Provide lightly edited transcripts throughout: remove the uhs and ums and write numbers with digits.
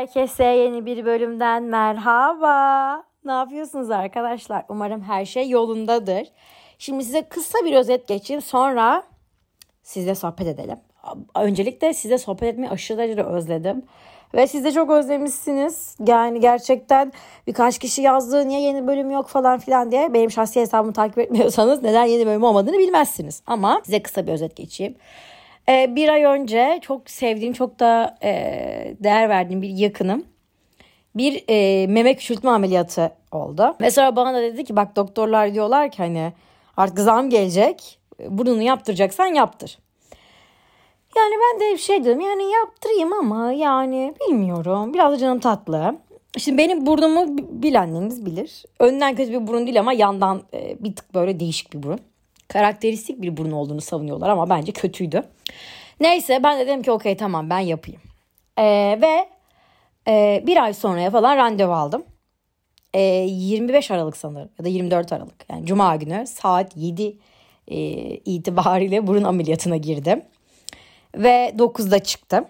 Herkese yeni bir bölümden merhaba. Ne yapıyorsunuz arkadaşlar? Umarım her şey yolundadır. Şimdi size kısa bir özet geçeyim. Sonra sizle sohbet edelim. Öncelikle sizle sohbet etmeyi aşırı derecede özledim. Ve siz de çok özlemişsiniz. Yani gerçekten birkaç kişi yazdı. Niye yeni bölüm yok falan filan diye. Benim şahsi hesabımı takip etmiyorsanız neden yeni bölüm olmadığını bilmezsiniz. Ama size kısa bir özet geçeyim. Bir ay önce çok sevdiğim, çok da değer verdiğim bir yakınım bir meme küçültme ameliyatı oldu. Mesela bana da dedi ki bak doktorlar diyorlar ki hani artık zam gelecek, burnunu yaptıracaksan yaptır. Yani ben de dedim yani yaptırayım ama yani bilmiyorum, biraz da canım tatlı. Şimdi benim burnumu bilenleriniz bilir. Önden kötü bir burun değil ama yandan bir tık böyle değişik bir burun. Karakteristik bir burun olduğunu savunuyorlar ama bence kötüydü. Neyse ben de dedim ki okey tamam ben yapayım. Ve bir ay sonraya falan randevu aldım. 25 Aralık sanırım ya da 24 Aralık. Yani Cuma günü saat 7 itibariyle burun ameliyatına girdim. Ve 9'da çıktım.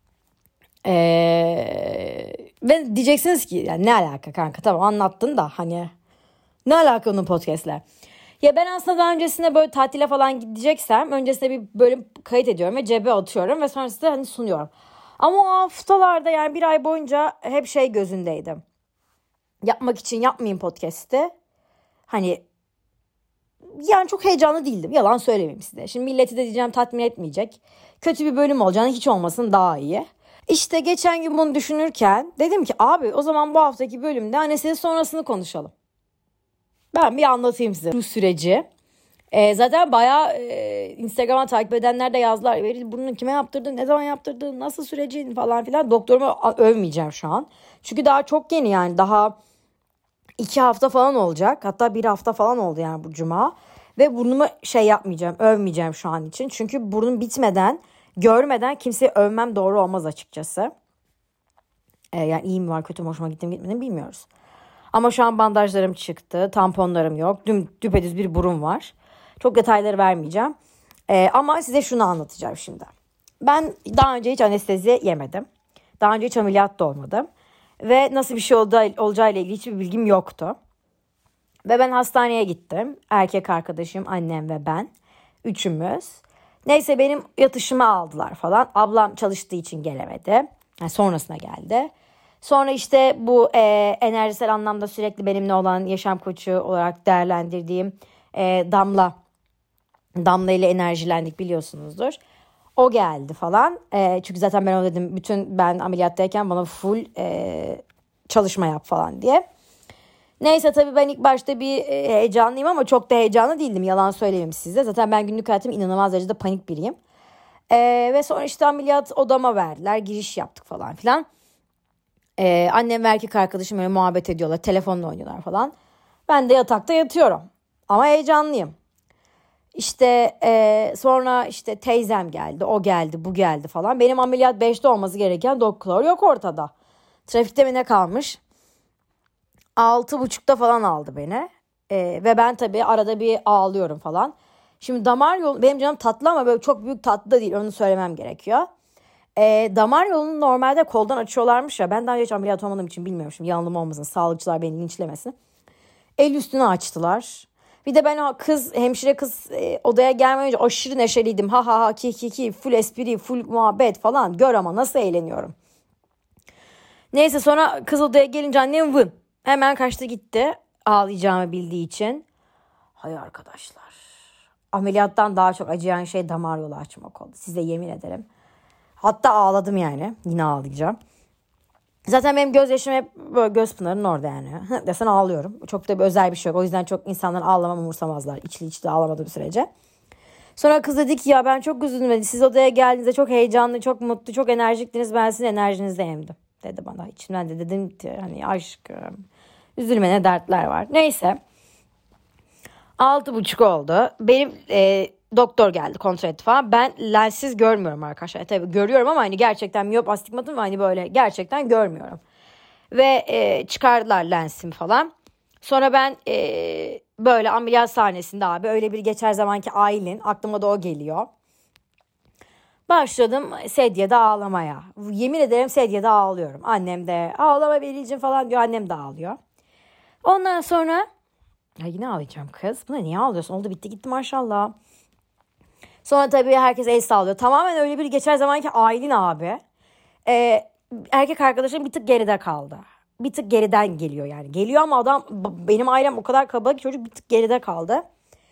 Ve diyeceksiniz ki yani ne alaka kanka, tamam anlattın da hani ne alaka onun podcast'ler. Ya ben aslında daha öncesinde böyle tatile falan gideceksem öncesinde bir bölüm kayıt ediyorum ve cebe atıyorum ve sonrasında hani sunuyorum. Ama o haftalarda yani bir ay boyunca hep gözündeydim. Yapmak için yapmayayım podcast'i. Hani yani çok heyecanlı değildim. Yalan söylemeyeyim size. Şimdi milleti de diyeceğim tatmin etmeyecek. Kötü bir bölüm olacağını hiç olmasın daha iyi. İşte geçen gün bunu düşünürken dedim ki abi o zaman bu haftaki bölümde anestezi sonrasını konuşalım. Ben bir anlatayım size bu süreci. Zaten bayağı Instagram'a takip edenler de yazdılar. Burnunu kime yaptırdın, ne zaman yaptırdın, nasıl sürecin falan filan. Doktorumu övmeyeceğim şu an. Çünkü daha çok yeni, yani daha 2 hafta falan olacak. Hatta 1 hafta falan oldu yani bu cuma. Ve burnumu yapmayacağım, övmeyeceğim şu an için. Çünkü burnum bitmeden, görmeden kimseyi övmem doğru olmaz açıkçası. Yani iyi mi var, kötü mü, hoşuma gitti mi gitmedi mi bilmiyoruz. Ama şu an bandajlarım çıktı, tamponlarım yok. Düpedüz bir burun var. Çok detayları vermeyeceğim. Ama size şunu anlatacağım şimdi. Ben daha önce hiç anestezi yemedim. Daha önce hiç ameliyat da olmadım. Ve nasıl bir şey olacağıyla ilgili hiçbir bilgim yoktu. Ve ben hastaneye gittim. Erkek arkadaşım, annem ve ben. Üçümüz. Neyse benim yatışımı aldılar falan. Ablam çalıştığı için gelemedi. Yani sonrasına geldi. Sonra işte bu enerjisel anlamda sürekli benimle olan yaşam koçu olarak değerlendirdiğim Damla ile enerjilendik, biliyorsunuzdur. O geldi falan. Çünkü zaten ben ona dedim ben ameliyattayken bana full çalışma yap falan diye. Neyse tabii ben ilk başta bir heyecanlıyım ama çok da heyecanlı değildim. Yalan söyleyeyim size. Zaten ben günlük hayatım inanılmaz derecede panik biriyim. Ve sonra işte ameliyat odama verdiler. Giriş yaptık falan filan. Annem ve erkek arkadaşım öyle muhabbet ediyorlar. Telefonla oynuyorlar falan. Ben de yatakta yatıyorum. Ama heyecanlıyım. İşte sonra işte teyzem geldi. O geldi, bu geldi falan. Benim ameliyat 5'te olması gereken doktor yok ortada. Trafikte mi ne kalmış? 6.30'da falan aldı beni. Ve ben tabii arada bir ağlıyorum falan. Şimdi damar yolu, benim canım tatlı ama böyle çok büyük tatlı da değil. Onu söylemem gerekiyor. Damar yolunu normalde koldan açıyorlarmış ya. Ben daha önce hiç ameliyat olmadığım için bilmiyorum. Şimdi yanılım olmasın. Sağlıkçılar beni linçlemesin. El üstüne açtılar. Bir de ben o hemşire kız odaya gelmeden önce aşırı neşeliydim. Ha ha ha ki ki ki, full espri, full muhabbet falan. Gör ama nasıl eğleniyorum. Neyse sonra kız odaya gelince annem vın. Hemen kaçtı gitti. Ağlayacağımı bildiği için. Hay arkadaşlar. Ameliyattan daha çok acıyan şey damar yolu açmak oldu. Size yemin ederim. Hatta ağladım yani. Yine ağlayacağım. Zaten benim gözyaşım hep böyle göz pınarının orada yani. Desen ağlıyorum. Çok da bir özel bir şey yok. O yüzden çok insanlar ağlamam umursamazlar. İçli içli ağlamadığım sürece. Sonra kız dedi ki ya ben çok üzüldüm. Siz odaya geldiğinizde çok heyecanlı, çok mutlu, çok enerjiktiniz. Ben sizin enerjinizi emdim dedi bana. İçimden de dedim ki hani aşkım üzülme, ne dertler var. Neyse. 6.30 oldu. Benim doktor geldi, kontrol etti falan. Ben lenssiz görmüyorum arkadaşlar. Tabii görüyorum ama hani gerçekten miyop astigmatım ve hani böyle gerçekten görmüyorum. Ve çıkardılar lensimi falan. Sonra ben böyle ameliyat sahnesinde abi öyle bir geçer zamanki Aylin, aklıma da o geliyor. Başladım sedyede ağlamaya. Yemin ederim sedyede ağlıyorum. Annem de ağlama Beril'cim falan diyor. Annem de ağlıyor. Ondan sonra ya yine ağlayacağım kız. Buna niye ağlıyorsun? Oldu bitti gitti maşallah. Sonra tabii herkes el sallıyor. Tamamen öyle bir geçer zamanki Aylin abi. Erkek arkadaşım bir tık geride kaldı. Bir tık geriden geliyor yani. Geliyor ama adam benim ailem o kadar kalabalık ki çocuk bir tık geride kaldı.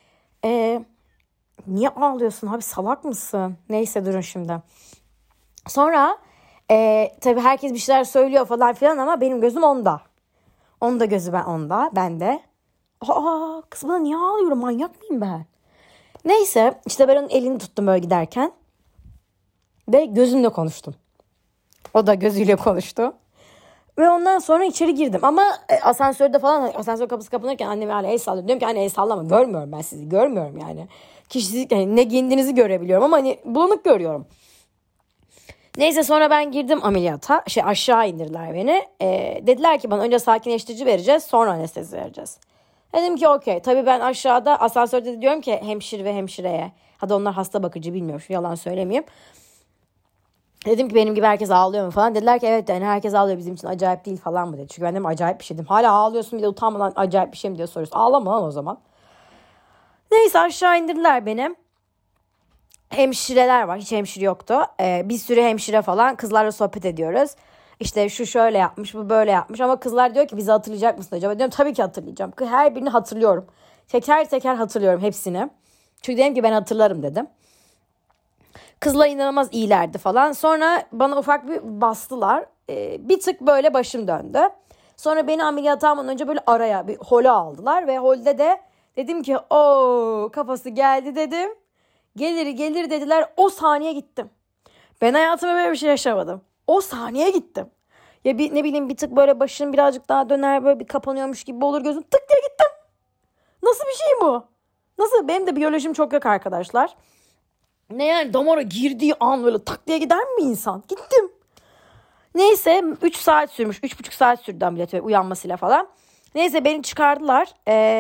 Niye ağlıyorsun abi, salak mısın? Neyse durun şimdi. Sonra tabii herkes bir şeyler söylüyor falan filan ama benim gözüm onda. Onda gözü onda. Ben de. Kız bana niye ağlıyorum, manyak mıyım ben? Neyse işte ben onun elini tuttum böyle giderken. Ve gözümle konuştum. O da gözüyle konuştu. Ve ondan sonra içeri girdim. Ama asansörde falan, asansör kapısı kapanırken anneme hala el sallıyor. Diyorum ki anne el sallama. Görmüyorum ben sizi. Görmüyorum yani. Kişisizlik, yani ne giyindiğinizi görebiliyorum ama hani bulanık görüyorum. Neyse sonra ben girdim ameliyata. Aşağı indirdiler beni. Dediler ki bana önce sakinleştirici vereceğiz. Sonra anestezi vereceğiz. Dedim ki okey. Tabii ben aşağıda asansörde de diyorum ki hemşire ve hemşireye. Hadi onlar hasta bakıcı, bilmiyorum. Şu yalan söylemeyeyim. Dedim ki benim gibi herkes ağlıyor mu falan. Dediler ki evet yani herkes ağlıyor, bizim için acayip değil falan mı dedi. Çünkü ben dedim acayip bir şey dedim. Hala ağlıyorsun bir de utanmadan acayip bir şey mi diye soruyorsun. Ağlama lan o zaman. Neyse aşağı indirdiler beni. Hemşireler var. Hiç hemşire yoktu. Bir sürü hemşire falan, kızlarla sohbet ediyoruz. İşte şu şöyle yapmış, bu böyle yapmış. Ama kızlar diyor ki bizi hatırlayacak mısın acaba? Diyorum tabii ki hatırlayacağım. Her birini hatırlıyorum. Teker teker hatırlıyorum hepsini. Çünkü dedim ki ben hatırlarım dedim. Kızlar inanılmaz iyilerdi falan. Sonra bana ufak bir bastılar. Bir tık böyle başım döndü. Sonra beni ameliyata almadan önce böyle araya bir hole aldılar. Ve holde de dedim ki o kafası geldi dedim. Gelir dediler. O saniye gittim. Ben hayatımda böyle bir şey yaşamadım. O saniye gittim. Ya ne bileyim bir tık böyle başım birazcık daha döner, böyle bir kapanıyormuş gibi olur gözüm. Tık diye gittim. Nasıl bir şey bu? Nasıl? Benim de biyolojim çok yok arkadaşlar. Ne yani damara girdiği an böyle tak diye gider mi insan? Gittim. Neyse 3 saat sürmüş. 3,5 saat sürdü ameliyat ve uyanmasıyla falan. Neyse beni çıkardılar.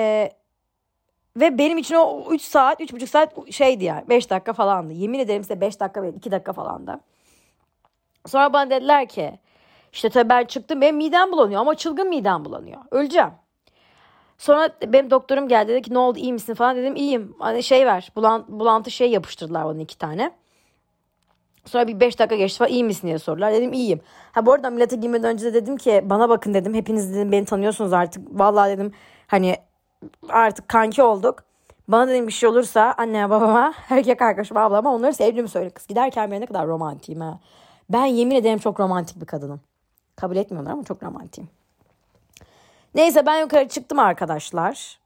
Ve benim için o 3 saat, 3,5 saat şeydi yani. 5 dakika falandı. Yemin ederim size 5 dakika değil, 2 dakika falandı. Sonra bana dediler ki işte tabii ben çıktım, benim midem bulanıyor ama çılgın midem bulanıyor. Öleceğim. Sonra benim doktorum geldi, dedi ki ne oldu, iyi misin falan, dedim iyiyim. Hani ver bulantı yapıştırdılar bana 2 tane. Sonra bir 5 dakika geçti falan, iyi misin diye sorular. Dedim iyiyim. Bu arada ameliyata girmeden önce de dedim ki bana bakın dedim, hepiniz dedim beni tanıyorsunuz artık. Vallahi dedim hani artık kanki olduk. Bana dedim bir şey olursa anneme babama, erkek arkadaşıma, ablama onları sevdiğimi söyle. Kız giderken ben ne kadar romantiyim ha. Ben yemin ederim çok romantik bir kadınım. Kabul etmiyorlar ama çok romantiyim. Neyse ben yukarı çıktım arkadaşlar.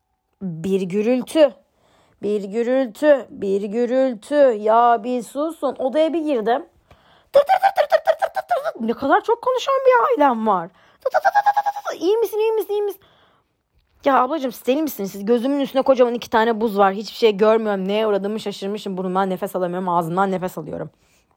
Bir gürültü. Bir gürültü. Bir gürültü. Ya bir susun. Odaya bir girdim. Tır tır tır tır tır tır tır tır. Ne kadar çok konuşan bir ailem var. Tır tır tır tır tır. İyi misin, iyi misin, iyi misin? Ya ablacığım siz deli misiniz? Siz gözümün üstüne kocaman 2 tane buz var. Hiçbir şey görmüyorum. Neye uğradığımı şaşırmışım. Burnumdan nefes alamıyorum. Ağzımdan nefes alıyorum.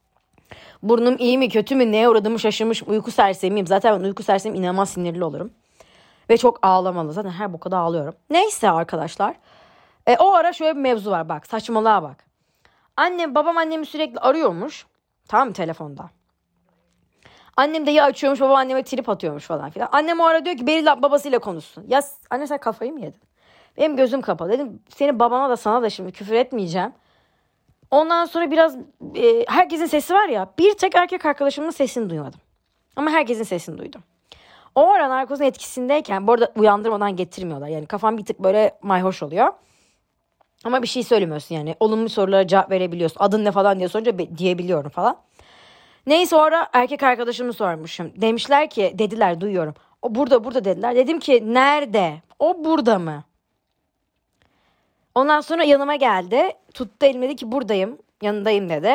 Burnum iyi mi kötü mü, neye uğradığımı şaşırmışım. Uyku sersemiyim. Zaten ben uyku sersemiyim, inanılmaz sinirli olurum. Ve çok ağlamalı. Zaten her bokada ağlıyorum. Neyse arkadaşlar. O ara şöyle bir mevzu var bak. Saçmalığa bak. Babam annemi sürekli arıyormuş. Tamam mı, telefonda. Annem de ya açıyormuş, babam anneme trip atıyormuş falan filan. Annem o ara diyor ki Beril babasıyla konuşsun. Ya anne sen kafayı mı yedin? Benim gözüm kapalı. Dedim senin babana da sana da şimdi küfür etmeyeceğim. Ondan sonra biraz herkesin sesi var ya. Bir tek erkek arkadaşımın sesini duymadım. Ama herkesin sesini duydum. O ara narkozun etkisindeyken, bu arada uyandırmadan getirmiyorlar. Yani kafam bir tık böyle mayhoş oluyor. Ama bir şey söylemiyorsun yani. Olumlu sorulara cevap verebiliyorsun. Adın ne falan diye sorunca diyebiliyorum falan. Neyse o ara erkek arkadaşımı sormuşum. Demişler ki, dediler duyuyorum. O burada dediler. Dedim ki nerede? O burada mı? Ondan sonra yanıma geldi. Tuttu elimi, dedi ki buradayım. Yanındayım dedi.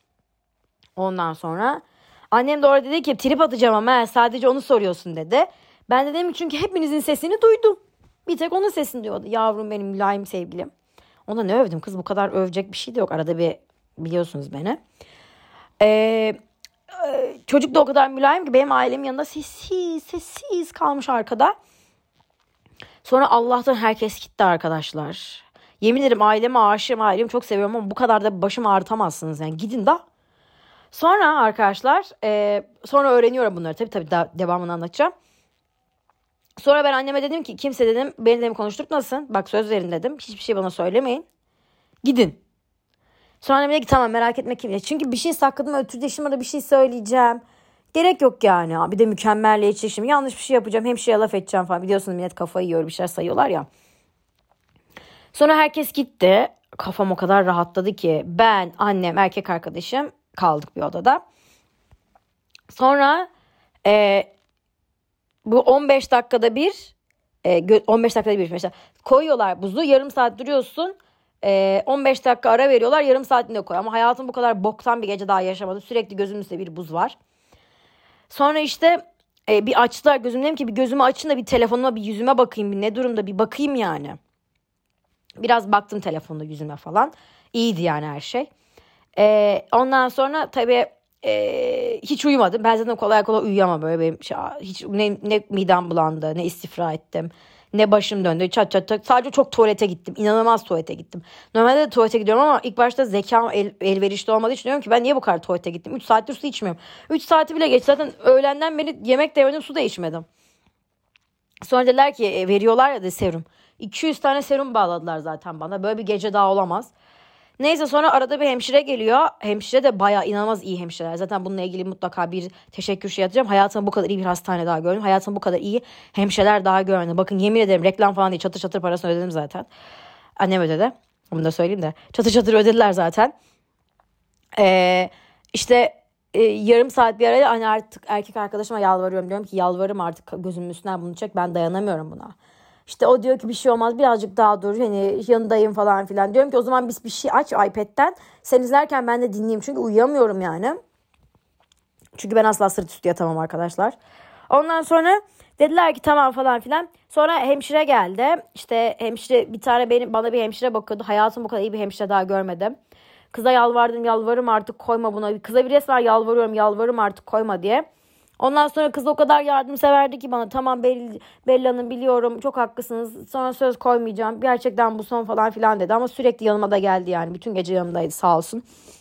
Ondan sonra annem de orada dedi ki trip atacağım ama sadece onu soruyorsun dedi. Ben de dedim çünkü hepinizin sesini duydum. Bir tek onun sesini duyuyordu. Yavrum benim mülayim sevgilim. Ona ne övdüm kız, bu kadar övecek bir şey de yok. Arada bir biliyorsunuz beni. Çocuk da o kadar mülayim ki benim ailemin yanında sessiz kalmış arkada. Sonra Allah'tan herkes gitti arkadaşlar. Yemin ederim aileme aşığım, ailemi çok seviyorum ama bu kadar da başımı ağrıtamazsınız yani. Gidin da Sonra arkadaşlar sonra öğreniyorum bunları tabii daha devamını anlatacağım. Sonra ben anneme dedim ki kimse dedim beni dedim konuşturtmasın. Bak söz verin dedim. Hiçbir şey bana söylemeyin. Gidin. Sonra annem dedi ki tamam merak etme kim. Çünkü bir şey sakladım ötürü şimdi orada bir şey söyleyeceğim. Gerek yok yani. Bir de mükemmelliyetçi yanlış bir şey yapacağım. Hemşireye laf edeceğim falan. Biliyorsunuz millet kafayı yiyor bir şeyler sayıyorlar ya. Sonra herkes gitti. Kafam o kadar rahatladı ki ben, annem, erkek arkadaşım kaldık bir odada. Sonra bu 15 dakikada bir 15 dakikada bir mesela koyuyorlar buzu, yarım saat duruyorsun. 15 dakika ara veriyorlar, yarım saatinde koy. Ama hayatım bu kadar boktan bir gece daha yaşamadım. Sürekli gözümün üstünde bir buz var. Sonra işte bir açtılar gözümü, dedim ki bir gözümü açın da bir telefonuma bir yüzüme bakayım, bir ne durumda bir bakayım yani. Biraz baktım telefonda yüzüme falan. İyiydi yani her şey. Ondan sonra tabii hiç uyumadım. Ben zaten kolay kolay uyuyamam böyle benim hiç ne midem bulandı, ne istifra ettim, ne başım döndü. Çat çat çat. Sadece çok tuvalete gittim. İnanılmaz tuvalete gittim. Normalde de tuvalete gidiyorum ama ilk başta zekam elverişli olmadığı için diyorum ki ben niye bu kadar tuvalete gittim? 3 saattir su içmiyorum. 3 saati bile geç. Zaten öğlenden beri yemek de yemedim, su da içmedim. Sonra dediler ki veriyorlar ya da serum. 200 tane serum bağladılar zaten bana. Böyle bir gece daha olamaz. Neyse sonra arada bir hemşire geliyor. Hemşire de bayağı inanılmaz iyi hemşireler. Zaten bununla ilgili mutlaka bir teşekkür şey atacağım. Hayatımda bu kadar iyi bir hastane daha görmedim. Hayatımda bu kadar iyi hemşireler daha görmedim. Bakın yemin ederim reklam falan değil. Çatır çatır parasını ödedim zaten. Annem ödedi. Bunu da söyleyeyim de. Çatır çatır ödediler zaten. İşte yarım saat bir arayla hani artık erkek arkadaşıma yalvarıyorum. Diyorum ki yalvarırım artık gözümün üstünden bunu çek. Ben dayanamıyorum buna. İşte o diyor ki bir şey olmaz birazcık daha dur hani yanındayım falan filan. Diyorum ki o zaman biz bir şey aç iPad'den. Sen izlerken ben de dinleyeyim çünkü uyuyamıyorum yani. Çünkü ben asla sırt üstü yatamam arkadaşlar. Ondan sonra dediler ki tamam falan filan. Sonra hemşire geldi. İşte hemşire bir tane bana bir hemşire bakıyordu. Hayatım bu kadar iyi bir hemşire daha görmedim. Kıza yalvarırım artık koyma buna. Kıza bir resmen yalvarırım artık koyma diye. Ondan sonra kız o kadar yardımseverdi ki bana tamam Bella Hanım biliyorum çok haklısınız. Sonra söz koymayacağım. Gerçekten bu son falan filan dedi ama sürekli yanıma da geldi yani. Bütün gece yanımdaydı sağ olsun.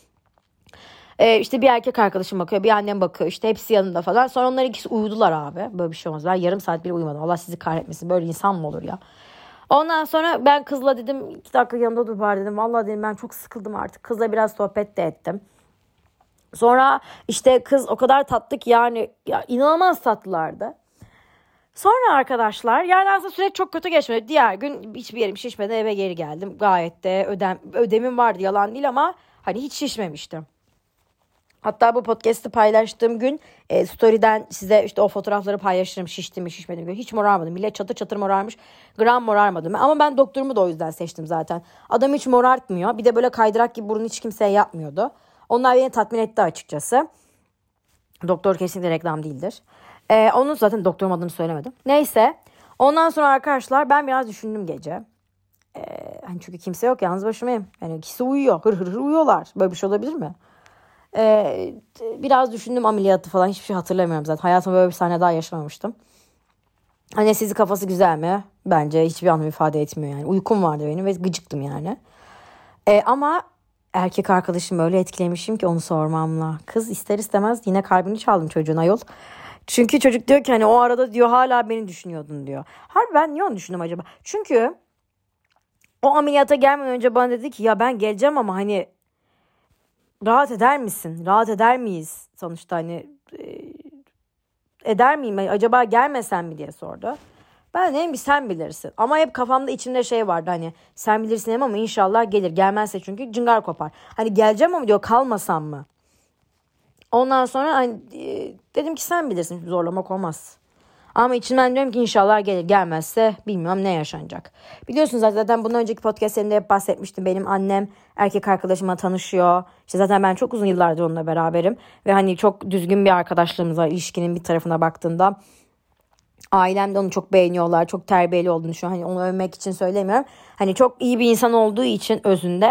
İşte bir erkek arkadaşım bakıyor, bir annem bakıyor. İşte hepsi yanında falan. Sonra onlar ikisi uyudular abi. Böyle bir şey olmaz. Ben yarım saat bile uyumadım. Allah sizi kahretmesin. Böyle insan mı olur ya? Ondan sonra ben kızla dedim 2 dakika yanımda dur bari dedim. Vallahi dedim ben çok sıkıldım artık. Kızla biraz sohbet de ettim. Sonra işte kız o kadar tatlı ki yani ya inanılmaz tatlılardı. Sonra arkadaşlar yani aslında süreç çok kötü geçmedi. Diğer gün hiçbir yerim şişmedi, eve geri geldim. Gayet de ödemim vardı, yalan değil ama hani hiç şişmemiştim. Hatta bu podcast'ı paylaştığım gün story'den size işte o fotoğrafları paylaşırım, şiştim mi şişmedim mi. Hiç morarmadım. Millet çatır çatır morarmış. Gram morarmadım. Ama ben doktorumu da o yüzden seçtim zaten. Adam hiç morartmıyor. Bir de böyle kaydırak gibi burun hiç kimseye yapmıyordu. Onlar beni tatmin etti açıkçası. Doktor kesinlikle reklam değildir. Onun zaten doktorum adını söylemedim. Neyse. Ondan sonra arkadaşlar ben biraz düşündüm gece. Hani çünkü kimse yok, yalnız başımayım. Yani ikisi uyuyor. Hır hır hır uyuyorlar. Böyle bir şey olabilir mi? Biraz düşündüm ameliyatı falan, hiçbir şey hatırlamıyorum zaten. Hayatımda böyle bir sahne daha yaşamamıştım. Anestezi kafası güzel mi? Bence hiçbir anlam ifade etmiyor yani. Uykum vardı benim ve gıcıktım yani. Ama erkek arkadaşım öyle etkilemişim ki onu sormamla. Kız ister istemez yine kalbini çaldım çocuğun ayol. Çünkü çocuk diyor ki hani o arada diyor hala beni düşünüyordun diyor. Harbi ben niye onu düşündüm acaba? Çünkü o ameliyata gelmeden önce bana dedi ki ya ben geleceğim ama hani rahat eder misin? Rahat eder miyiz? Sonuçta hani eder miyim? Acaba gelmesem mi diye sordu. Ben dedim ki sen bilirsin. Ama hep kafamda içimde şey vardı hani sen bilirsin dedim ama inşallah gelir. Gelmezse çünkü cıngar kopar. Hani geleceğim ama diyor kalmasam mı? Ondan sonra hani, dedim ki sen bilirsin, zorlamak olmaz. Ama içimden diyorum ki inşallah gelir. Gelmezse bilmiyorum ne yaşanacak. Biliyorsunuz zaten bundan önceki podcastlerimde hep bahsetmiştim. Benim annem erkek arkadaşımla tanışıyor. İşte zaten ben çok uzun yıllardır onunla beraberim. Ve hani çok düzgün bir arkadaşlığımız var. İlişkinin bir tarafına baktığında. Ailem de onu çok beğeniyorlar. Çok terbiyeli olduğunu düşünüyorum. Hani onu övmek için söylemiyorum. Hani çok iyi bir insan olduğu için özünde.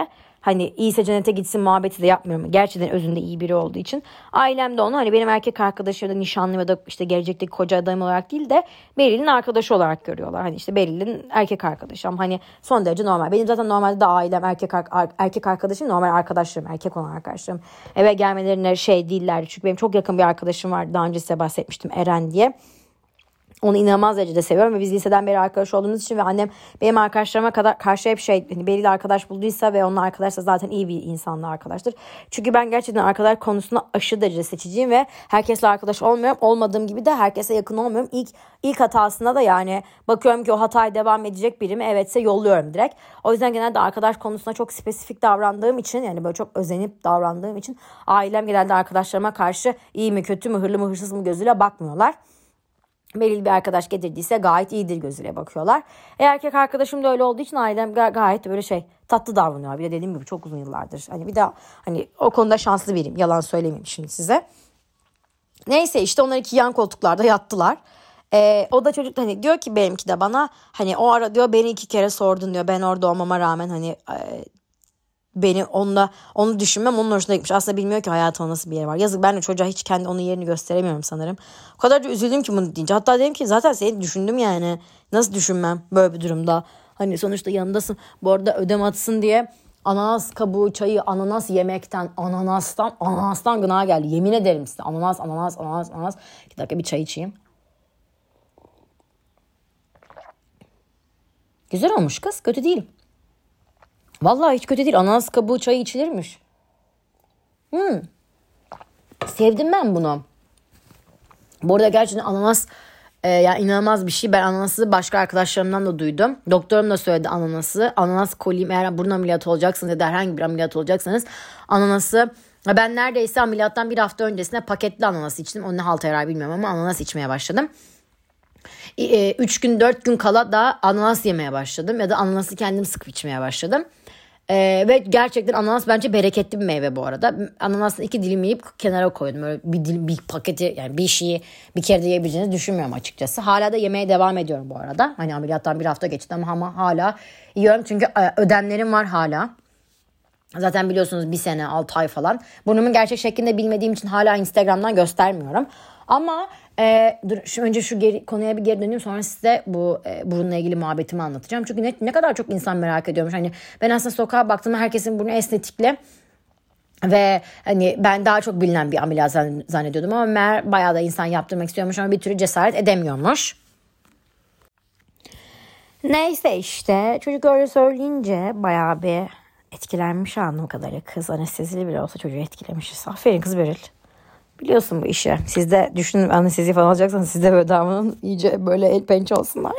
hani iyiyse cennete gitsin muhabbeti de yapmıyorum. Gerçekten özünde iyi biri olduğu için. Ailem de onu hani benim erkek arkadaşım ya da nişanlım ya da işte gelecekteki koca adayım olarak değil de Beril'in arkadaşı olarak görüyorlar. Hani işte Beril'in erkek arkadaşı ama hani son derece normal. Benim zaten normalde de ailem erkek arkadaşım, normal arkadaşlarım, erkek olan arkadaşlarım. Eve gelmelerine şey değillerdi. Çünkü benim çok yakın bir arkadaşım vardı. Daha önce size bahsetmiştim, Eren diye. Onu inanılmaz derecede seviyorum ve biz liseden beri arkadaş olduğumuz için ve annem benim arkadaşlarıma kadar karşı hep hani Beri'yle arkadaş bulduysa ve onunla arkadaşsa zaten iyi bir insanla arkadaştır. Çünkü ben gerçekten arkadaş konusunda aşırı derece seçiciyim ve herkesle arkadaş olmuyorum. Olmadığım gibi de herkese yakın olmuyorum. İlk hatasında da yani bakıyorum ki o hataya devam edecek biri mi? Evetse yolluyorum direkt. O yüzden genelde arkadaş konusunda çok spesifik davrandığım için, yani böyle çok özenip davrandığım için ailem genelde arkadaşlarıma karşı iyi mi kötü mü, hırlı mı hırsız mı gözüyle bakmıyorlar. Beril bir arkadaş getirdiyse gayet iyidir gözüyle bakıyorlar. Erkek arkadaşım da öyle olduğu için ailem gayet böyle tatlı davranıyor. Bir de dediğim gibi çok uzun yıllardır. Hani bir daha hani o konuda şanslı biriyim. Yalan söylemeyeyim şimdi size. Neyse işte onlar iki yan koltuklarda yattılar. O da çocuk hani diyor ki benimki de bana hani o ara diyor beni 2 kere sordun diyor. Ben orada olmama rağmen hani beni onu düşünmem onun hoşuna gitmiş. Aslında bilmiyor ki hayatında nasıl bir yer var. Yazık, ben de çocuğa hiç kendi onun yerini gösteremiyorum sanırım. O kadar da üzüldüm ki bunu deyince. Hatta dedim ki zaten seni düşündüm yani. Nasıl düşünmem böyle bir durumda. Hani sonuçta yanındasın. Bu arada ödem atsın diye ananas kabuğu çayı ananas yemekten ananastan gına geldi. Yemin ederim size ananas. 2 dakika bir çay içeyim. Güzel olmuş kız, kötü değil. Vallahi hiç kötü değil. Ananas kabuğu çayı içilirmiş. Sevdim ben bunu. Bu arada gerçekten ananas yani inanılmaz bir şey. Ben ananası başka arkadaşlarımdan da duydum. Doktorum da söyledi ananası. Ananas kolayım, eğer burun ameliyatı olacaksınız ya da herhangi bir ameliyat olacaksanız ananası. Ben neredeyse ameliyattan 1 hafta öncesine paketli ananas içtim. O ne halta yarar bilmiyorum ama ananas içmeye başladım. 3 gün 4 gün kala da ananas yemeye başladım. Ya da ananası kendim sıkıp içmeye başladım. Ve gerçekten ananas bence bereketli bir meyve bu arada. Ananasın 2 dilim yiyip kenara koydum. Öyle bir paketi, yani bir şeyi bir kere de yiyebileceğinizi düşünmüyorum açıkçası. Hala da yemeye devam ediyorum bu arada. Hani ameliyattan 1 hafta geçti ama hala yiyorum. Çünkü ödemlerim var hala. Zaten biliyorsunuz 1 sene 6 ay falan. Burnumun gerçek şeklinde bilmediğim için hala Instagram'dan göstermiyorum. Ama önce şu konuya bir geri döneyim, sonra size bu burunla ilgili muhabbetimi anlatacağım. Çünkü ne kadar çok insan merak ediyormuş. Hani ben aslında sokağa baktığımda herkesin burnu estetikli ve hani ben daha çok bilinen bir ameliyat zannediyordum ama meğer bayağı da insan yaptırmak istiyormuş ama bir türlü cesaret edemiyormuş. Neyse işte çocuk öyle söyleyince bayağı bir etkilenmiş anladığım kadarıyla. Kız anestezili bile olsa çocuğu etkilemişiz. Aferin kız Beril. Biliyorsun bu işi. Siz de düşünün, anestezi falan alacaksanız siz de böyle davranın. İyice böyle el pençe olsunlar.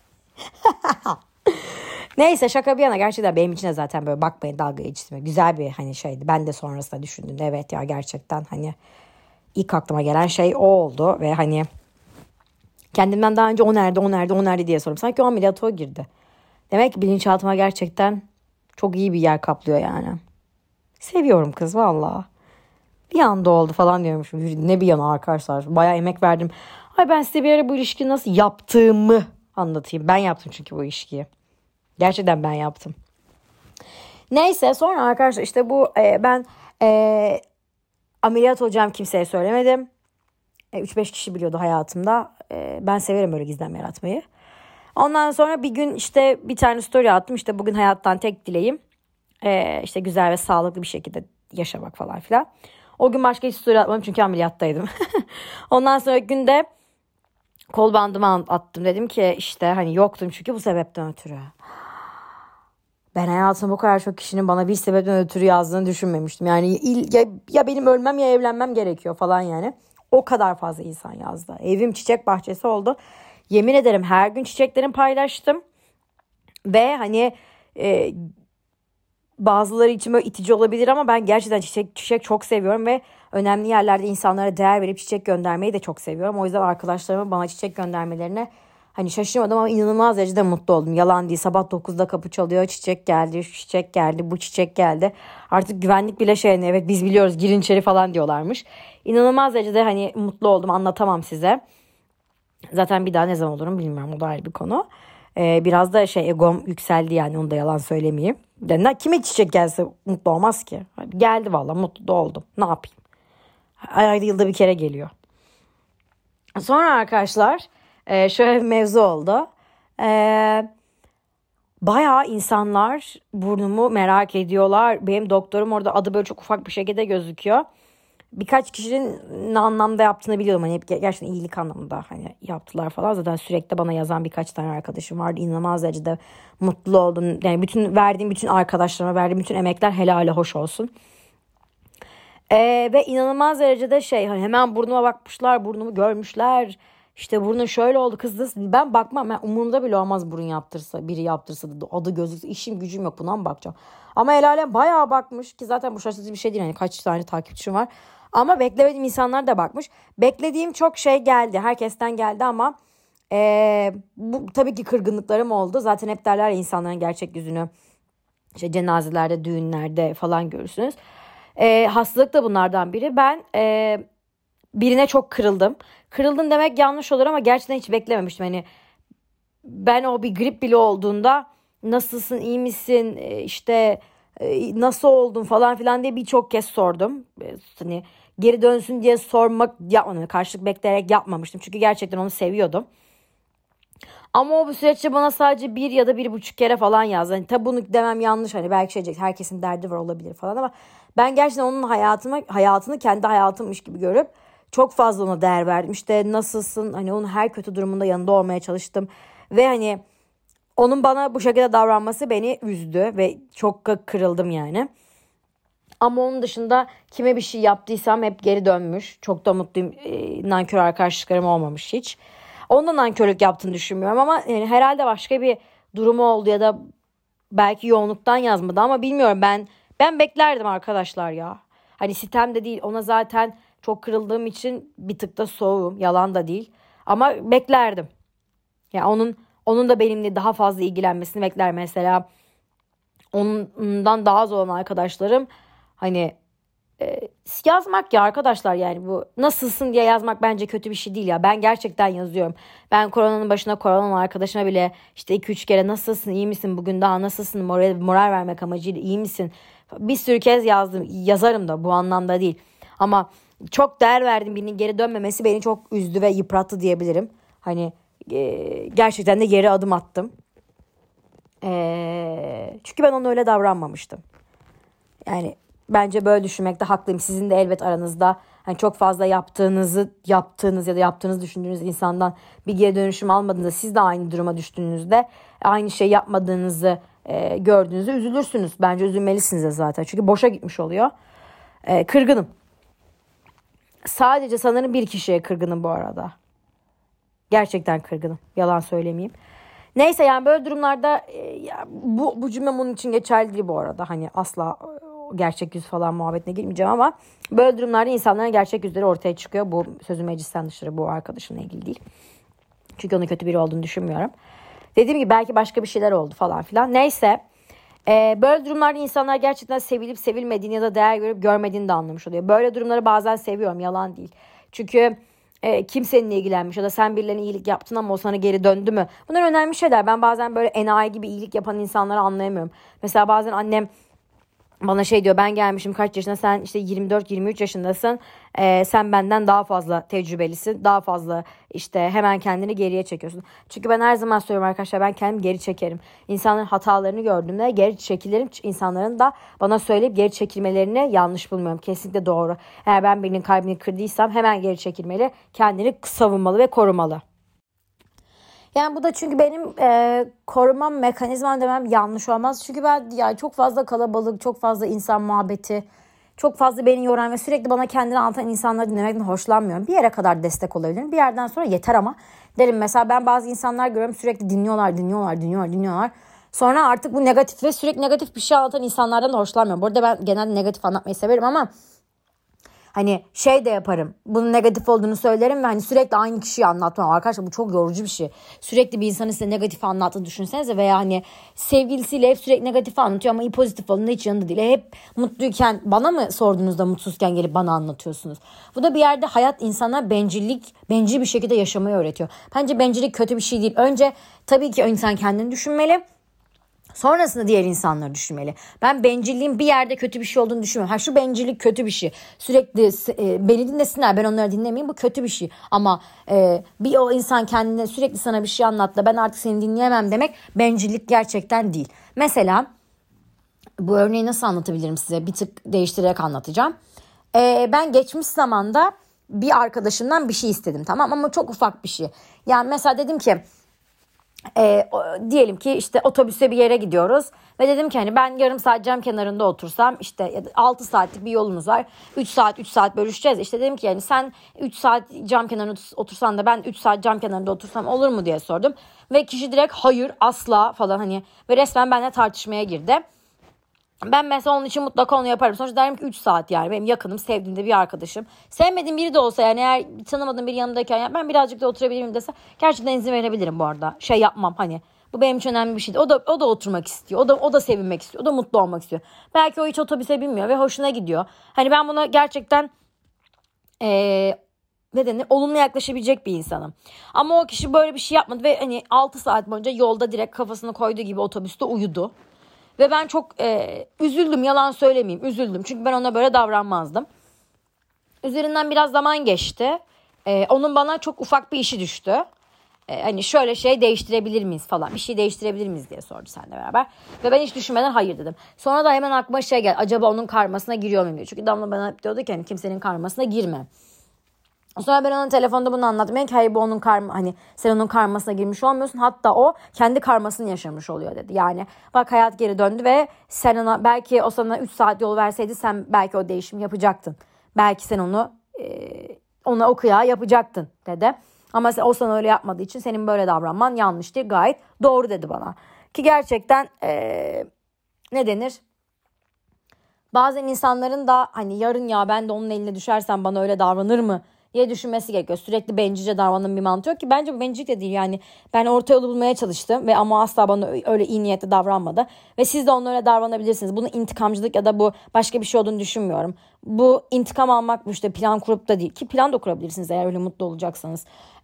Neyse şaka bir yana, gerçekten benim için de zaten böyle bakmayın dalga geçtiğime. Güzel bir hani şeydi. Ben de sonrasında düşündüm. Evet ya, gerçekten hani ilk aklıma gelen şey o oldu. Ve hani kendimden daha önce o nerede diye sordum. Sanki o ameliyata o girdi. Demek ki bilinçaltıma gerçekten çok iyi bir yer kaplıyor yani. Seviyorum kız valla. Bir anda oldu falan diyormuşum. Ne bir yana arkadaşlar. Bayağı emek verdim. Ay ben size bir ara bu ilişkiyi nasıl yaptığımı anlatayım. Ben yaptım çünkü bu ilişkiyi. Gerçekten ben yaptım. Neyse sonra arkadaşlar işte bu ben ameliyat olacağım kimseye söylemedim. 3-5 kişi biliyordu hayatımda. Ben severim böyle gizlem yaratmayı. Ondan sonra bir gün işte bir tane story attım. İşte bugün hayattan tek dileğim işte güzel ve sağlıklı bir şekilde yaşamak falan filan. O gün başka hiç story atmadım çünkü ameliyattaydım. Ondan sonra günde kol bandımı attım. Dedim ki işte hani yoktum çünkü bu sebepten ötürü. Ben hayatımda bu kadar çok kişinin bana bir sebepten ötürü yazdığını düşünmemiştim. Yani ya benim ölmem ya evlenmem gerekiyor falan yani. O kadar fazla insan yazdı. Evim çiçek bahçesi oldu. Yemin ederim her gün çiçeklerimi paylaştım. Ve hani bazıları için böyle itici olabilir ama ben gerçekten çiçek çok seviyorum ve önemli yerlerde insanlara değer verip çiçek göndermeyi de çok seviyorum. O yüzden arkadaşlarımın bana çiçek göndermelerine hani şaşırmadım ama inanılmaz derecede mutlu oldum. Yalan değil, sabah 9'da kapı çalıyor, çiçek geldi, şu çiçek geldi, bu çiçek geldi. Artık güvenlik bile evet biz biliyoruz girin içeri falan diyorlarmış. İnanılmaz derecede hani mutlu oldum, anlatamam size. Zaten bir daha ne zaman olurum bilmiyorum, o da ayrı bir konu. Biraz da egom yükseldi yani, onu da yalan söylemeyeyim. Kime çiçek gelse mutlu olmaz ki. Geldi vallahi, mutlu da oldum. Ne yapayım? Ayda yılda bir kere geliyor. Sonra arkadaşlar şöyle bir mevzu oldu. Bayağı insanlar burnumu merak ediyorlar. Benim doktorum orada, adı böyle çok ufak bir şekilde gözüküyor. Birkaç kişinin ne anlamda yaptığını biliyorum. Hani gerçekten iyilik anlamında hani yaptılar falan. Zaten sürekli bana yazan birkaç tane arkadaşım vardı. İnanılmaz derecede mutlu oldum. Yani verdiğim bütün arkadaşlarıma verdiğim bütün emekler helali hoş olsun. Ve inanılmaz derecede hani hemen burnuma bakmışlar, burnumu görmüşler. İşte burnun şöyle oldu kız. Ben bakmam. Ben umurumda bile olmaz burun yaptırsa, biri yaptırsa, adı gözükse. İşim gücüm yok, buna mı bakacağım? Ama el alem bayağı bakmış ki zaten bu şaşırtıcı bir şey değil. Hani kaç tane takipçim var. Ama beklemediğim insanlar da bakmış. Beklediğim çok şey geldi. Herkesten geldi ama bu tabii ki kırgınlıklarım oldu. Zaten hep derler ya, insanların gerçek yüzünü işte cenazelerde, düğünlerde falan görürsünüz. Hastalık da bunlardan biri. Ben birine çok kırıldım. Kırıldın demek yanlış olur ama gerçekten hiç beklememiştim. Hani ben o bir grip bile olduğunda nasılsın, iyi misin, işte nasıl oldun falan filan diye birçok kez sordum. Hani geri dönsün diye sormak yapmadım. Karşılık bekleyerek yapmamıştım. Çünkü gerçekten onu seviyordum. Ama o bu süreçte bana sadece 1 ya da 1,5 kere falan yazdı. Hani tabi bunu demem yanlış. Hani belki şey diyecek, herkesin derdi var, olabilir falan ama ben gerçekten onun hayatını kendi hayatımmış gibi görüp çok fazla ona değer verdim. İşte nasılsın, hani onun her kötü durumunda yanında olmaya çalıştım. Ve hani onun bana bu şekilde davranması beni üzdü ve çok kırıldım yani. Ama onun dışında kime bir şey yaptıysam hep geri dönmüş. Çok da mutluyum. Nankör arkadaşlıklarım olmamış hiç. Ondan nankörlük yaptığını düşünmüyorum ama yani herhalde başka bir durumu oldu ya da belki yoğunluktan yazmadı ama bilmiyorum, ben beklerdim arkadaşlar ya. Hani sitem de değil, ona zaten çok kırıldığım için bir tık da soğuğum, yalan da değil ama beklerdim. Yani onun da benimle daha fazla ilgilenmesini bekler. Mesela ondan daha az olan arkadaşlarım hani yazmak ya arkadaşlar, yani bu nasılsın diye yazmak bence kötü bir şey değil ya. Ben gerçekten yazıyorum. Ben koronanın başına koronanın arkadaşına bile işte 2-3 kere nasılsın, iyi misin, bugün daha nasılsın, moral vermek amacıyla iyi misin, bir sürü kez yazdım, yazarım da, bu anlamda değil. Ama çok değer verdiğim birinin geri dönmemesi beni çok üzdü ve yıprattı diyebilirim. Hani gerçekten de geri adım attım. Çünkü ben ona öyle davranmamıştım. Yani bence böyle düşünmekte haklıyım. Sizin de elbet aranızda hani çok fazla yaptığınız ya da yaptığınızı düşündüğünüz insandan bir geri dönüşüm almadığınızda, siz de aynı duruma düştüğünüzde, aynı şey yapmadığınızı gördüğünüzde üzülürsünüz. Bence üzülmelisiniz de zaten. Çünkü boşa gitmiş oluyor. Kırgınım. Sadece sanırım bir kişiye kırgınım bu arada. Gerçekten kırgınım. Yalan söylemeyeyim. Neyse, yani böyle durumlarda bu cümlem onun için geçerli değil bu arada. Hani asla gerçek yüz falan muhabbetine girmeyeceğim ama böyle durumlarda insanların gerçek yüzleri ortaya çıkıyor. Bu sözü meclisten dışarı, bu arkadaşımla ilgili değil. Çünkü onun kötü biri olduğunu düşünmüyorum. Dediğim gibi belki başka bir şeyler oldu falan filan. Neyse. Böyle durumlarda insanlar gerçekten sevilip sevilmediğini ya da değer görüp görmediğini de anlamış oluyor. Böyle durumları bazen seviyorum, yalan değil. Çünkü kim seninle ilgilenmiş ya da sen birilerine iyilik yaptın ama o sana geri döndü mü? Bunlar önemli şeyler. Ben bazen böyle enayi gibi iyilik yapan insanları anlayamıyorum. Mesela bazen annem bana şey diyor, ben gelmişim kaç yaşına, sen işte 24-23 yaşındasın, sen benden daha fazla tecrübelisin, daha fazla işte hemen kendini geriye çekiyorsun. Çünkü ben her zaman söylüyorum arkadaşlar, ben kendimi geri çekerim. İnsanların hatalarını gördüğümde geri çekilirim. İnsanların da bana söyleyip geri çekilmelerini yanlış bulmuyorum. Kesinlikle doğru. Eğer ben birinin kalbini kırdıysam hemen geri çekilmeli, kendini savunmalı ve korumalı. Yani bu da çünkü benim korumam mekanizmam demem yanlış olmaz. Çünkü ben yani çok fazla kalabalık, çok fazla insan muhabbeti, çok fazla beni yoran ve sürekli bana kendini anlatan insanları dinlemekten hoşlanmıyorum. Bir yere kadar destek olabilirim. Bir yerden sonra yeter ama derim. Mesela ben bazı insanlar görüyorum, sürekli dinliyorlar. Sonra artık bu negatif ve sürekli negatif bir şey anlatan insanlardan da hoşlanmıyorum. Bu arada ben genelde negatif anlatmayı severim ama hani şey de yaparım. Bunun negatif olduğunu söylerim ve hani sürekli aynı kişiyi anlatmam. Arkadaşlar bu çok yorucu bir şey. Sürekli bir insanın size negatif anlattığını düşünsenize veya hani sevgilisiyle hep sürekli negatif anlatıyor ama iyi pozitif olduğunda hiç yanında değil. Hep mutluyken bana mı sordunuz da mutsuzken gelip bana anlatıyorsunuz? Bu da bir yerde hayat insana bencil bir şekilde yaşamayı öğretiyor. Bence bencillik kötü bir şey değil. Önce tabii ki insan kendini düşünmeli. Sonrasında diğer insanları düşünmeli. Ben bencilliğin bir yerde kötü bir şey olduğunu düşünmüyorum. Ha, şu bencillik kötü bir şey. Sürekli beni dinlesinler, ben onları dinlemeyeyim, bu kötü bir şey. Ama bir o insan kendine sürekli sana bir şey anlattı, ben artık seni dinleyemem demek bencillik gerçekten değil. Mesela bu örneği nasıl anlatabilirim size? Bir tık değiştirerek anlatacağım. Ben geçmiş zamanda bir arkadaşımdan bir şey istedim, tamam, ama çok ufak bir şey. Yani mesela dedim ki diyelim ki işte otobüse bir yere gidiyoruz ve dedim ki hani ben yarım saat cam kenarında otursam, işte 6 saatlik bir yolumuz var, 3 saat bölüşeceğiz, işte dedim ki yani sen 3 saat cam kenarında otursan da ben 3 saat cam kenarında otursam olur mu diye sordum ve kişi direkt hayır asla falan, hani, ve resmen benimle tartışmaya girdi. Ben mesela onun için mutlaka onu yaparım. Sonuçta derim ki 3 saat, yani benim yakınım, sevdiğim de bir arkadaşım. Sevmediğim biri de olsa, yani eğer tanımadığım biri yanımdayken ya ben birazcık da oturabilir miyim dese, gerçekten izin verebilirim bu arada. Şey yapmam, hani bu benim için önemli bir şey değil. O da oturmak istiyor. O da sevinmek istiyor. O da mutlu olmak istiyor. Belki o hiç otobüse binmiyor ve hoşuna gidiyor. Hani ben buna gerçekten olumlu yaklaşabilecek bir insanım. Ama o kişi böyle bir şey yapmadı ve hani 6 saat boyunca yolda direkt kafasını koyduğu gibi otobüste uyudu. Ve ben çok üzüldüm, yalan söylemeyeyim, üzüldüm. Çünkü ben ona böyle davranmazdım. Üzerinden biraz zaman geçti. Onun bana çok ufak bir işi düştü. Hani şöyle şey değiştirebilir miyiz falan, bir şey değiştirebilir miyiz diye sordu seninle beraber. Ve ben hiç düşünmeden hayır dedim. Sonra da hemen aklıma şey geldi, acaba onun karmasına giriyor muyum diye. Çünkü Damla bana diyordu ki hani kimsenin karmasına girme. Sonra ben ona telefonda bunu anlattım. Yani ki hayır, bu onun karma, hani sen onun karmasına girmiş olmuyorsun. Hatta o kendi karmasını yaşamış oluyor dedi. Yani bak, hayat geri döndü ve sen ona, belki o sana 3 saat yol verseydi sen belki o değişimi yapacaktın. Belki sen ona o kıyağı yapacaktın dedi. Ama o sana öyle yapmadığı için senin böyle davranman yanlış değil, gayet doğru dedi bana. Ki gerçekten ne denir? Bazen insanların da hani yarın ya ben de onun eline düşersem bana öyle davranır mı diye düşünmesi gerekiyor. Sürekli bencilce davranmanın bir mantığı yok ki. Bence bu bencillik de değil. Yani ben orta yolu bulmaya çalıştım ve ama asla bana öyle iyi niyetle davranmadı. Ve siz de onunla öyle davranabilirsiniz. Bunun intikamcılık ya da bu başka bir şey olduğunu düşünmüyorum. Bu intikam almak bu, işte plan kurup da değil. Ki plan da kurabilirsiniz eğer öyle mutlu olacaksanız.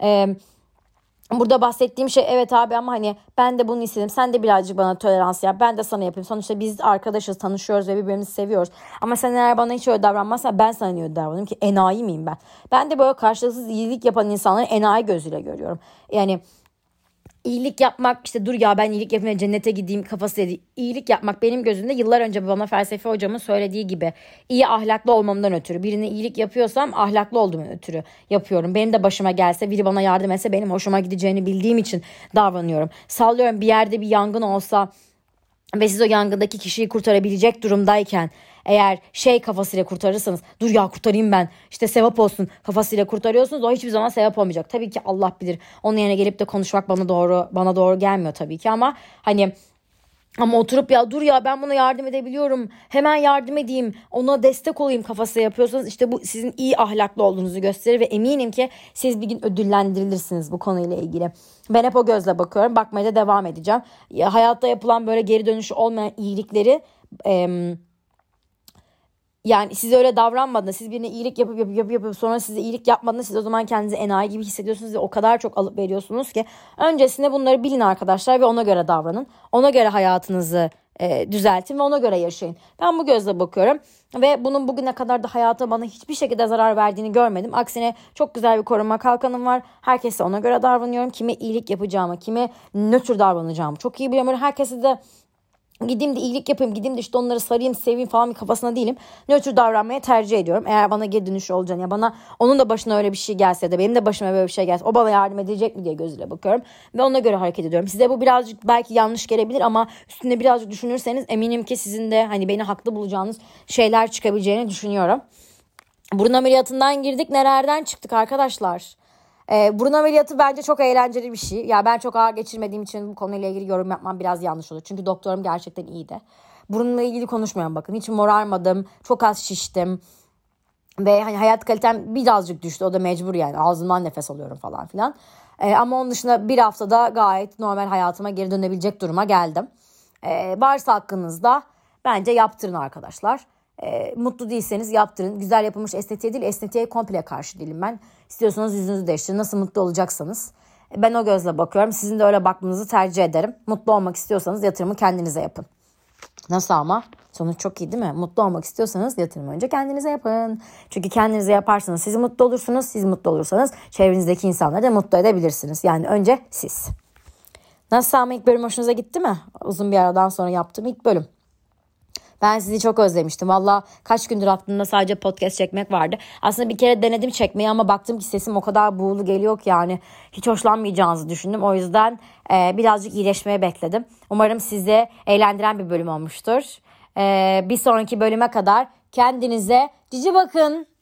Burada bahsettiğim şey, evet abi ama hani ben de bunu istedim, sen de birazcık bana tolerans yap, ben de sana yapayım. Sonuçta biz arkadaşız, tanışıyoruz ve birbirimizi seviyoruz. Ama sen eğer bana hiç öyle davranmazsan ben sana niye öyle davranayım ki, enayi miyim ben? Ben de böyle karşılıksız iyilik yapan insanları enayi gözüyle görüyorum. Yani İyilik yapmak, işte dur ya ben iyilik yapayım cennete gideyim kafası dedi. İyilik yapmak benim gözümde yıllar önce bana felsefe hocamın söylediği gibi iyi ahlaklı olmamdan ötürü. Birine iyilik yapıyorsam ahlaklı olduğumdan ötürü yapıyorum. Benim de başıma gelse, biri bana yardım etse benim hoşuma gideceğini bildiğim için davranıyorum. Sallıyorum, bir yerde bir yangın olsa ve siz o yangındaki kişiyi kurtarabilecek durumdayken eğer şey kafasıyla kurtarırsanız, dur ya kurtarayım ben, işte sevap olsun kafasıyla kurtarıyorsunuz, o hiçbir zaman sevap olmayacak. Tabii ki Allah bilir, onun yerine gelip de konuşmak bana doğru gelmiyor tabii ki, ama hani oturup ya dur ya ben buna yardım edebiliyorum, hemen yardım edeyim, ona destek olayım kafası yapıyorsanız, işte bu sizin iyi ahlaklı olduğunuzu gösterir ve eminim ki siz bir gün ödüllendirilirsiniz bu konuyla ilgili. Ben hep o gözle bakıyorum, bakmaya da devam edeceğim. Hayatta yapılan böyle geri dönüşü olmayan iyilikleri, yani size öyle davranmadığında, siz birine iyilik yapıp sonra size iyilik yapmadığında siz o zaman kendinizi enayi gibi hissediyorsunuz ve o kadar çok alıp veriyorsunuz ki öncesinde bunları bilin arkadaşlar ve ona göre davranın. Ona göre hayatınızı düzeltin ve ona göre yaşayın. Ben bu gözle bakıyorum ve bunun bugüne kadar da hayata bana hiçbir şekilde zarar verdiğini görmedim. Aksine çok güzel bir koruma kalkanım var. Herkese ona göre davranıyorum. Kime iyilik yapacağımı, kime nötr davranacağımı çok iyi biliyorum. Böyle herkese de gideyim de iyilik yapayım, gideyim de işte onları sarayım, seveyim falan bir kafasına değilim. Nötr davranmaya tercih ediyorum. Eğer bana geri dönüşü olacağını, ya bana onun da başına öyle bir şey gelse de benim de başıma böyle bir şey gelse, o bana yardım edecek mi diye gözüyle bakıyorum. Ve ona göre hareket ediyorum. Size bu birazcık belki yanlış gelebilir ama üstünde birazcık düşünürseniz eminim ki sizin de hani beni haklı bulacağınız şeyler çıkabileceğini düşünüyorum. Burun ameliyatından girdik, nelerden çıktık arkadaşlar. Burun ameliyatı bence çok eğlenceli bir şey. Ya ben çok ağır geçirmediğim için bu konuyla ilgili yorum yapmam biraz yanlış olur. Çünkü doktorum gerçekten iyiydi. Burunla ilgili konuşmuyorum bakın. Hiç morarmadım. Çok az şiştim. Ve hani hayat kalitem birazcık düştü. O da mecbur yani. Ağzımdan nefes alıyorum falan filan. Ama onun dışında bir haftada gayet normal hayatıma geri dönebilecek duruma geldim. Varsa hakkınızda bence yaptırın arkadaşlar. Mutlu değilseniz yaptırın. Güzel yapılmış estetiğe değil, estetiğe komple karşı değilim ben. İstiyorsanız yüzünüzü değiştirin. Nasıl mutlu olacaksanız. Ben o gözle bakıyorum. Sizin de öyle bakmanızı tercih ederim. Mutlu olmak istiyorsanız yatırımı kendinize yapın. Nasıl ama? Sonuç çok iyi değil mi? Mutlu olmak istiyorsanız yatırımı önce kendinize yapın. Çünkü kendinize yaparsanız siz mutlu olursunuz. Siz mutlu olursanız çevrenizdeki insanları da mutlu edebilirsiniz. Yani önce siz. Nasıl ama ilk bölüm hoşunuza gitti mi? Uzun bir aradan sonra yaptığım ilk bölüm. Ben sizi çok özlemiştim. Valla kaç gündür aklımda sadece podcast çekmek vardı. Aslında bir kere denedim çekmeyi ama baktım ki sesim o kadar buğulu geliyor ki yani hiç hoşlanmayacağınızı düşündüm. O yüzden birazcık iyileşmeye bekledim. Umarım sizi eğlendiren bir bölüm olmuştur. Bir sonraki bölüme kadar kendinize cici bakın.